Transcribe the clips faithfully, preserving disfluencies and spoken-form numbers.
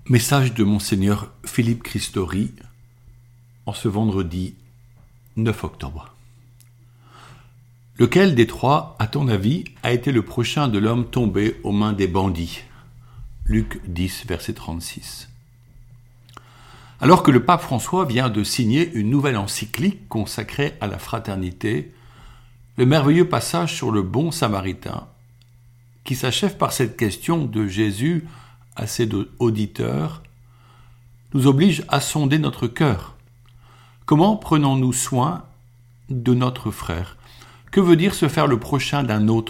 Message de Monseigneur Philippe Christori en ce vendredi neuf octobre. Lequel des trois, à ton avis, a été le prochain de l'homme tombé aux mains des bandits ? Luc dix, verset trente-six. Alors que le pape François vient de signer une nouvelle encyclique consacrée à la fraternité, le merveilleux passage sur le bon samaritain, qui s'achève par cette question de Jésus à ses auditeurs, nous oblige à sonder notre cœur. Comment prenons-nous soin de notre frère ? Que veut dire se faire le prochain d'un autre ?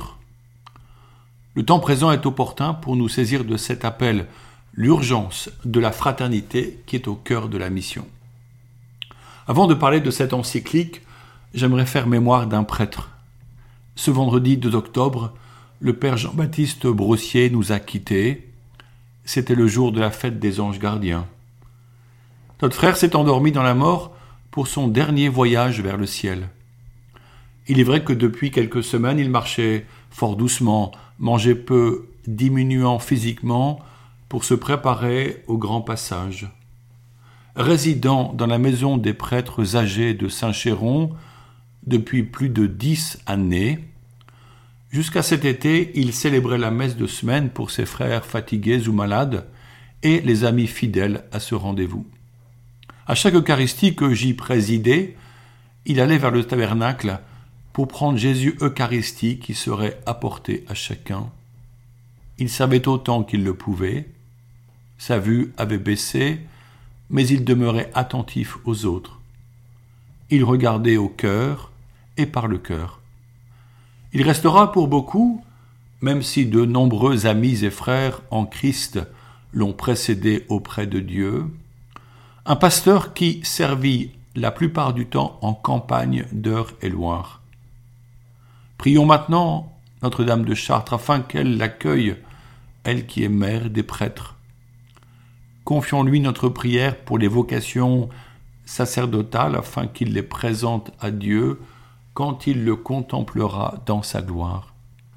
Le temps présent est opportun pour nous saisir de cet appel, l'urgence de la fraternité qui est au cœur de la mission. Avant de parler de cette encyclique, j'aimerais faire mémoire d'un prêtre. Ce vendredi deux octobre, le père Jean-Baptiste Brossier nous a quittés. C'était le jour de la fête des anges gardiens. Notre frère s'est endormi dans la mort pour son dernier voyage vers le ciel. Il est vrai que depuis quelques semaines, il marchait fort doucement, mangeait peu, diminuant physiquement pour se préparer au grand passage. Résidant dans la maison des prêtres âgés de Saint-Chéron depuis plus de dix années, jusqu'à cet été, il célébrait la messe de semaine pour ses frères fatigués ou malades et les amis fidèles à ce rendez-vous. À chaque Eucharistie que j'y présidais, il allait vers le tabernacle pour prendre Jésus Eucharistie qui serait apporté à chacun. Il savait autant qu'il le pouvait, sa vue avait baissé, mais il demeurait attentif aux autres. Il regardait au cœur et par le cœur. Il restera pour beaucoup, même si de nombreux amis et frères en Christ l'ont précédé auprès de Dieu, un pasteur qui servit la plupart du temps en campagne d'Eure-et-Loir. Prions maintenant Notre-Dame de Chartres afin qu'elle l'accueille, elle qui est mère des prêtres. Confions-lui notre prière pour les vocations sacerdotales afin qu'il les présente à Dieu quand il le contemplera dans sa gloire.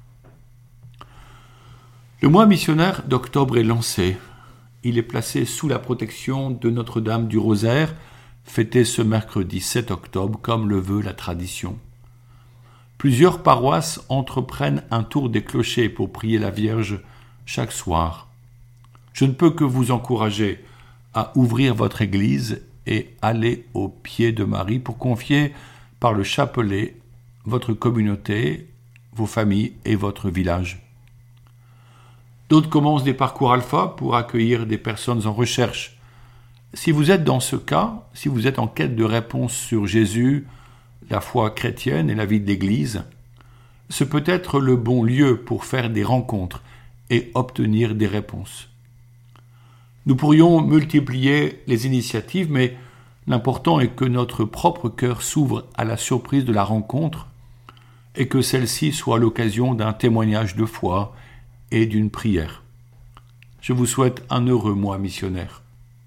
Le mois missionnaire d'octobre est lancé. Il est placé sous la protection de Notre-Dame du Rosaire, fêté ce mercredi sept octobre, comme le veut la tradition. Plusieurs paroisses entreprennent un tour des clochers pour prier la Vierge chaque soir. Je ne peux que vous encourager à ouvrir votre église et aller au pied de Marie pour confier par le chapelet votre communauté, vos familles et votre village. D'autres commencent des parcours alpha pour accueillir des personnes en recherche. Si vous êtes dans ce cas, si vous êtes en quête de réponses sur Jésus, la foi chrétienne et la vie de l'Église, ce peut être le bon lieu pour faire des rencontres et obtenir des réponses. Nous pourrions multiplier les initiatives, mais l'important est que notre propre cœur s'ouvre à la surprise de la rencontre et que celle-ci soit l'occasion d'un témoignage de foi et d'une prière. Je vous souhaite un heureux mois missionnaire.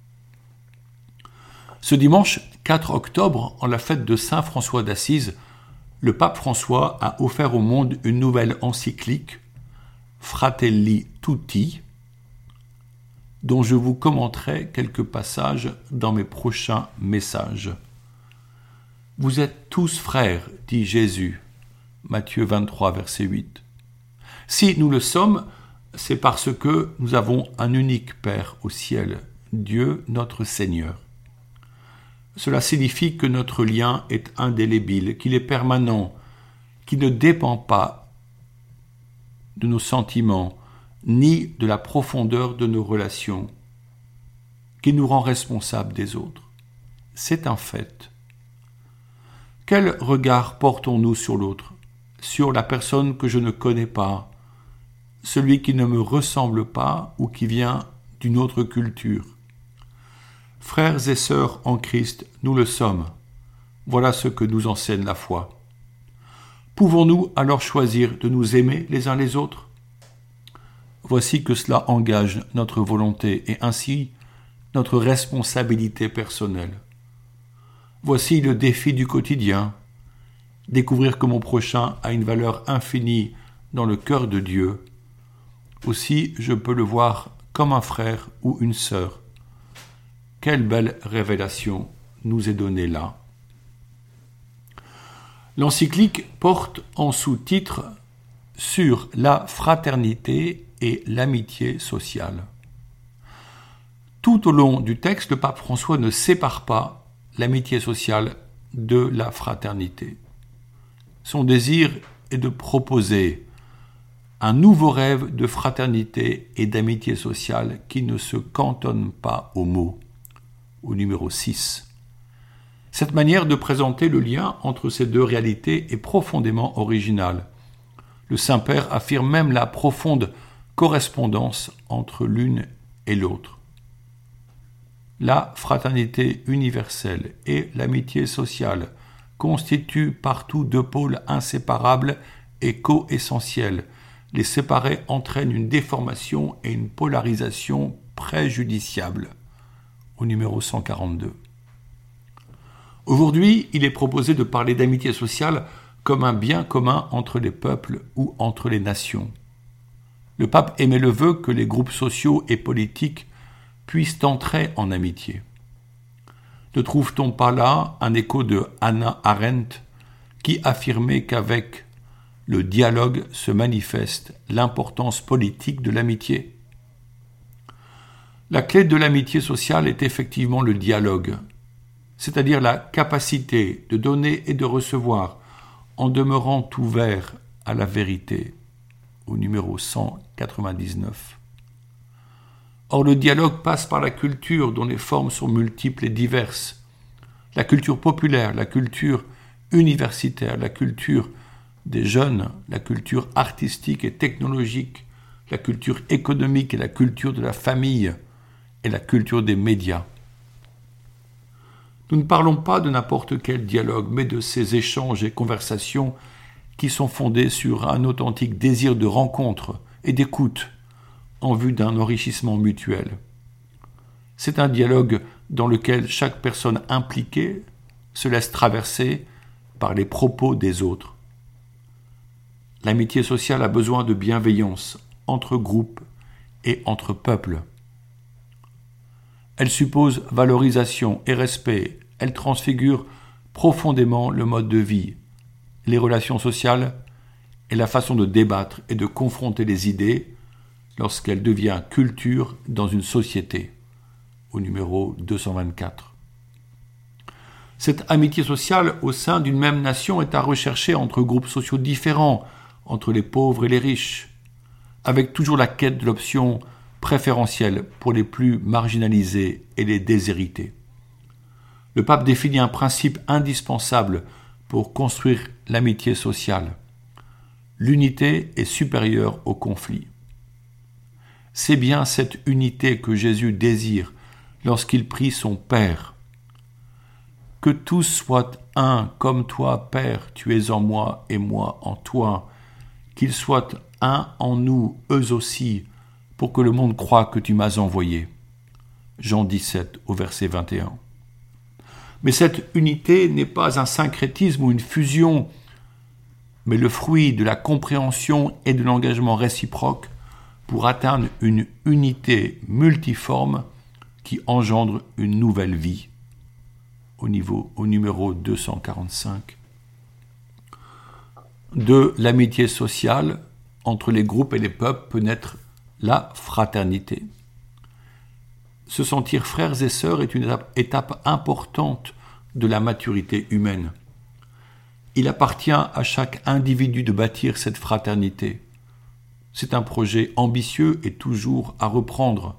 Ce dimanche quatre octobre, en la fête de Saint François d'Assise, le pape François a offert au monde une nouvelle encyclique, Fratelli Tutti, dont je vous commenterai quelques passages dans mes prochains messages. Vous êtes tous frères, dit Jésus, Matthieu vingt-trois, verset huit. Si nous le sommes, c'est parce que nous avons un unique Père au ciel, Dieu notre Seigneur. Cela signifie que notre lien est indélébile, qu'il est permanent, qu'il ne dépend pas de nos sentiments, ni de la profondeur de nos relations, qui nous rend responsables des autres. C'est un fait. Quel regard portons-nous sur l'autre, sur la personne que je ne connais pas, celui qui ne me ressemble pas ou qui vient d'une autre culture ? Frères et sœurs en Christ, nous le sommes. Voilà ce que nous enseigne la foi. Pouvons-nous alors choisir de nous aimer les uns les autres ? Voici que cela engage notre volonté et ainsi notre responsabilité personnelle. Voici le défi du quotidien, découvrir que mon prochain a une valeur infinie dans le cœur de Dieu. Aussi, je peux le voir comme un frère ou une sœur. quelle belle révélation nous est donnée là. L'encyclique porte en sous-titre sur la fraternité et l'amitié sociale. Tout au long du texte, le pape François ne sépare pas l'amitié sociale de la fraternité. Son désir est de proposer un nouveau rêve de fraternité et d'amitié sociale qui ne se cantonne pas aux mots, au numéro six. Cette manière de présenter le lien entre ces deux réalités est profondément originale. Le Saint-Père affirme même la profonde correspondance entre l'une et l'autre. La fraternité universelle et l'amitié sociale constituent partout deux pôles inséparables et co-essentiels. Les séparer entraîne une déformation et une polarisation préjudiciable, au numéro cent quarante-deux. Aujourd'hui, il est proposé de parler d'amitié sociale comme un bien commun entre les peuples ou entre les nations. Le pape émet le vœu que les groupes sociaux et politiques puissent entrer en amitié. Ne trouve-t-on pas là un écho de Hannah Arendt qui affirmait qu'avec le dialogue se manifeste l'importance politique de l'amitié? La clé de l'amitié sociale est effectivement le dialogue, c'est-à-dire la capacité de donner et de recevoir en demeurant ouvert à la vérité, au numéro cent quatre-vingt-dix-neuf. Or, le dialogue passe par la culture dont les formes sont multiples et diverses. La culture populaire, la culture universitaire, la culture des jeunes, la culture artistique et technologique, la culture économique et la culture de la famille et la culture des médias. Nous ne parlons pas de n'importe quel dialogue, mais de ces échanges et conversations qui sont fondés sur un authentique désir de rencontre et d'écoute en vue d'un enrichissement mutuel. C'est un dialogue dans lequel chaque personne impliquée se laisse traverser par les propos des autres. L'amitié sociale a besoin de bienveillance entre groupes et entre peuples. Elle suppose valorisation et respect. Elle transfigure profondément le mode de vie, les relations sociales et la façon de débattre et de confronter les idées lorsqu'elle devient culture dans une société, au numéro deux cent vingt-quatre. Cette amitié sociale au sein d'une même nation est à rechercher entre groupes sociaux différents, entre les pauvres et les riches, avec toujours la quête de l'option préférentielle pour les plus marginalisés et les déshérités. Le pape définit un principe indispensable pour construire l'amitié sociale. L'unité est supérieure au conflit. C'est bien cette unité que Jésus désire lorsqu'il prie son Père. Que tous soient un comme toi, Père, tu es en moi et moi en toi. Qu'ils soient un en nous, eux aussi, pour que le monde croie que tu m'as envoyé. Jean dix-sept au verset vingt et un. Mais cette unité n'est pas un syncrétisme ou une fusion, mais le fruit de la compréhension et de l'engagement réciproque pour atteindre une unité multiforme qui engendre une nouvelle vie. Au, niveau, au numéro deux cent quarante-cinq. De l'amitié sociale entre les groupes et les peuples peut naître la fraternité. Se sentir frères et sœurs est une étape, étape importante de la maturité humaine. Il appartient à chaque individu de bâtir cette fraternité. C'est un projet ambitieux et toujours à reprendre.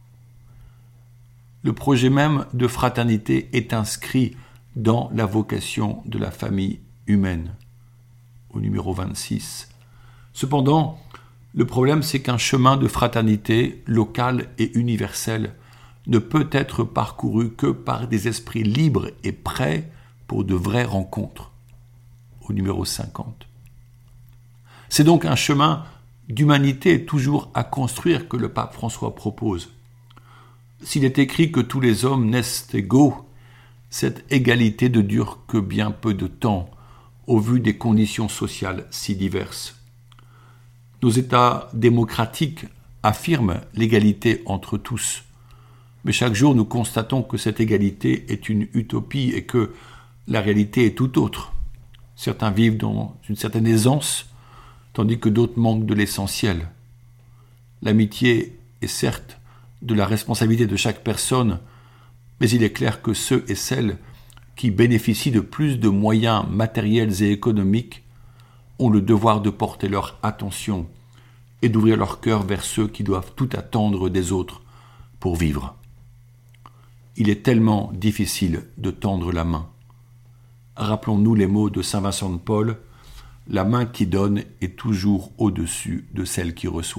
Le projet même de fraternité est inscrit dans la vocation de la famille humaine, au numéro vingt-six. Cependant, le problème, c'est qu'un chemin de fraternité local et universel ne peut être parcouru que par des esprits libres et prêts pour de vraies rencontres, au numéro cinquante. C'est donc un chemin d'humanité toujours à construire que le pape François propose. S'il est écrit que tous les hommes naissent égaux, cette égalité ne dure que bien peu de temps, au vu des conditions sociales si diverses. Nos États démocratiques affirment l'égalité entre tous, Mais chaque jour, nous constatons que cette égalité est une utopie et que la réalité est tout autre. Certains vivent dans une certaine aisance, tandis que d'autres manquent de l'essentiel. L'amitié est certes de la responsabilité de chaque personne, mais il est clair que ceux et celles qui bénéficient de plus de moyens matériels et économiques ont le devoir de porter leur attention et d'ouvrir leur cœur vers ceux qui doivent tout attendre des autres pour vivre. Il est tellement difficile de tendre la main. Rappelons-nous les mots de saint Vincent de Paul, « La main qui donne est toujours au-dessus de celle qui reçoit ».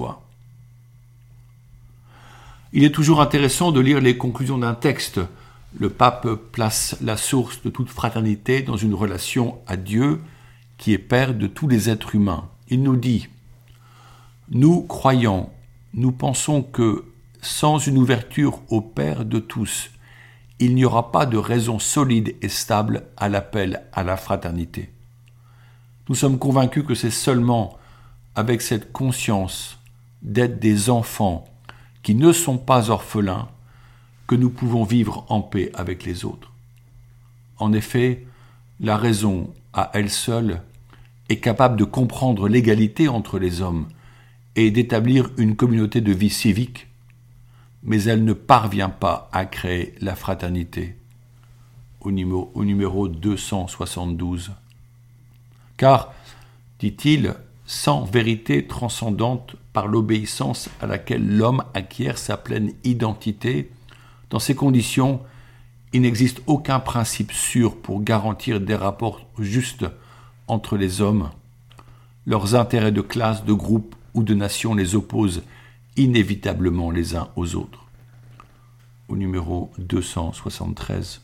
Il est toujours intéressant de lire les conclusions d'un texte. Le pape place la source de toute fraternité dans une relation à Dieu qui est Père de tous les êtres humains. Il nous dit « Nous, croyants, nous pensons que sans une ouverture au Père de tous, il n'y aura pas de raison solide et stable à l'appel à la fraternité. Nous sommes convaincus que c'est seulement avec cette conscience d'être des enfants qui ne sont pas orphelins que nous pouvons vivre en paix avec les autres. En effet, la raison, à elle seule, est capable de comprendre l'égalité entre les hommes et d'établir une communauté de vie civique, mais elle ne parvient pas à créer la fraternité. Au numéro, au numéro deux cent soixante-douze. Car, dit-il, sans vérité transcendante par l'obéissance à laquelle l'homme acquiert sa pleine identité, dans ces conditions, il n'existe aucun principe sûr pour garantir des rapports justes entre les hommes. Leurs intérêts de classe, de groupe ou de nation les opposent inévitablement les uns aux autres. Au numéro deux cent soixante-treize.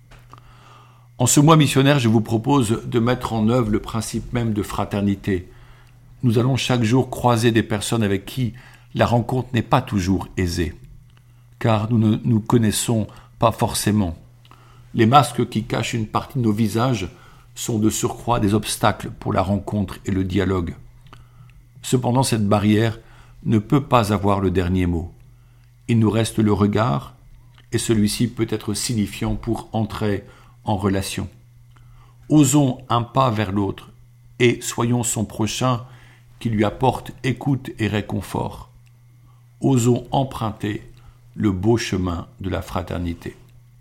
En ce mois missionnaire, je vous propose de mettre en œuvre le principe même de fraternité. Nous allons chaque jour croiser des personnes avec qui la rencontre n'est pas toujours aisée, car nous ne nous connaissons pas forcément. Les masques qui cachent une partie de nos visages sont de surcroît des obstacles pour la rencontre et le dialogue. Cependant, cette barrière ne peut pas avoir le dernier mot. Il nous reste le regard, et celui-ci peut être signifiant pour entrer en relation. Osons un pas vers l'autre, et soyons son prochain qui lui apporte écoute et réconfort. Osons emprunter le beau chemin de la fraternité.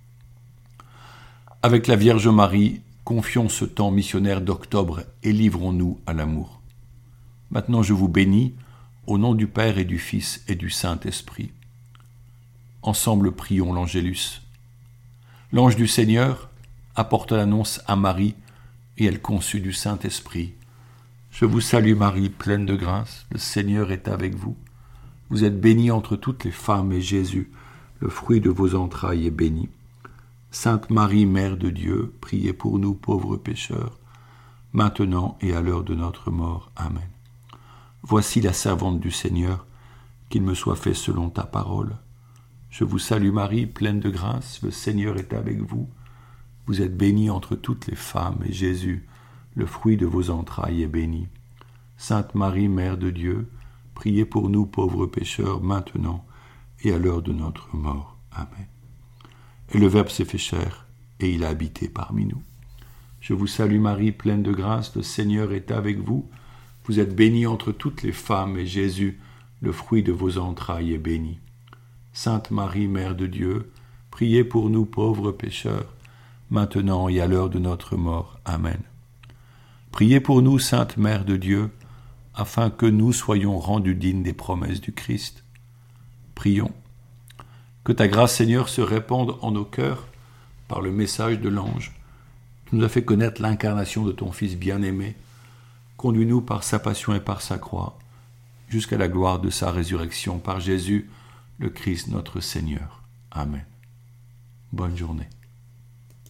Avec la Vierge Marie, confions ce temps missionnaire d'octobre et livrons-nous à l'amour. Maintenant je vous bénis, au nom du Père et du Fils et du Saint-Esprit. Ensemble prions l'Angélus. L'ange du Seigneur apporta l'annonce à Marie et elle conçut du Saint-Esprit. Je vous salue Marie, pleine de grâce, le Seigneur est avec vous. Vous êtes bénie entre toutes les femmes et Jésus, le fruit de vos entrailles, est béni. Sainte Marie, Mère de Dieu, priez pour nous pauvres pécheurs, maintenant et à l'heure de notre mort. Amen. Voici la servante du Seigneur, qu'il me soit fait selon ta parole. Je vous salue Marie, pleine de grâce, le Seigneur est avec vous. Vous êtes bénie entre toutes les femmes, et Jésus, le fruit de vos entrailles, est béni. Sainte Marie, Mère de Dieu, priez pour nous pauvres pécheurs, maintenant et à l'heure de notre mort. Amen. Et le Verbe s'est fait chair, et il a habité parmi nous. Je vous salue Marie, pleine de grâce, le Seigneur est avec vous. Vous êtes bénie entre toutes les femmes, et Jésus, le fruit de vos entrailles, est béni. Sainte Marie, Mère de Dieu, priez pour nous pauvres pécheurs, maintenant et à l'heure de notre mort. Amen. Priez pour nous, Sainte Mère de Dieu, afin que nous soyons rendus dignes des promesses du Christ. Prions. Que ta grâce, Seigneur, se répande en nos cœurs par le message de l'ange. Tu nous as fait connaître l'incarnation de ton Fils bien-aimé. Conduis-nous par sa passion et par sa croix, jusqu'à la gloire de sa résurrection, par Jésus, le Christ notre Seigneur. Amen. Bonne journée.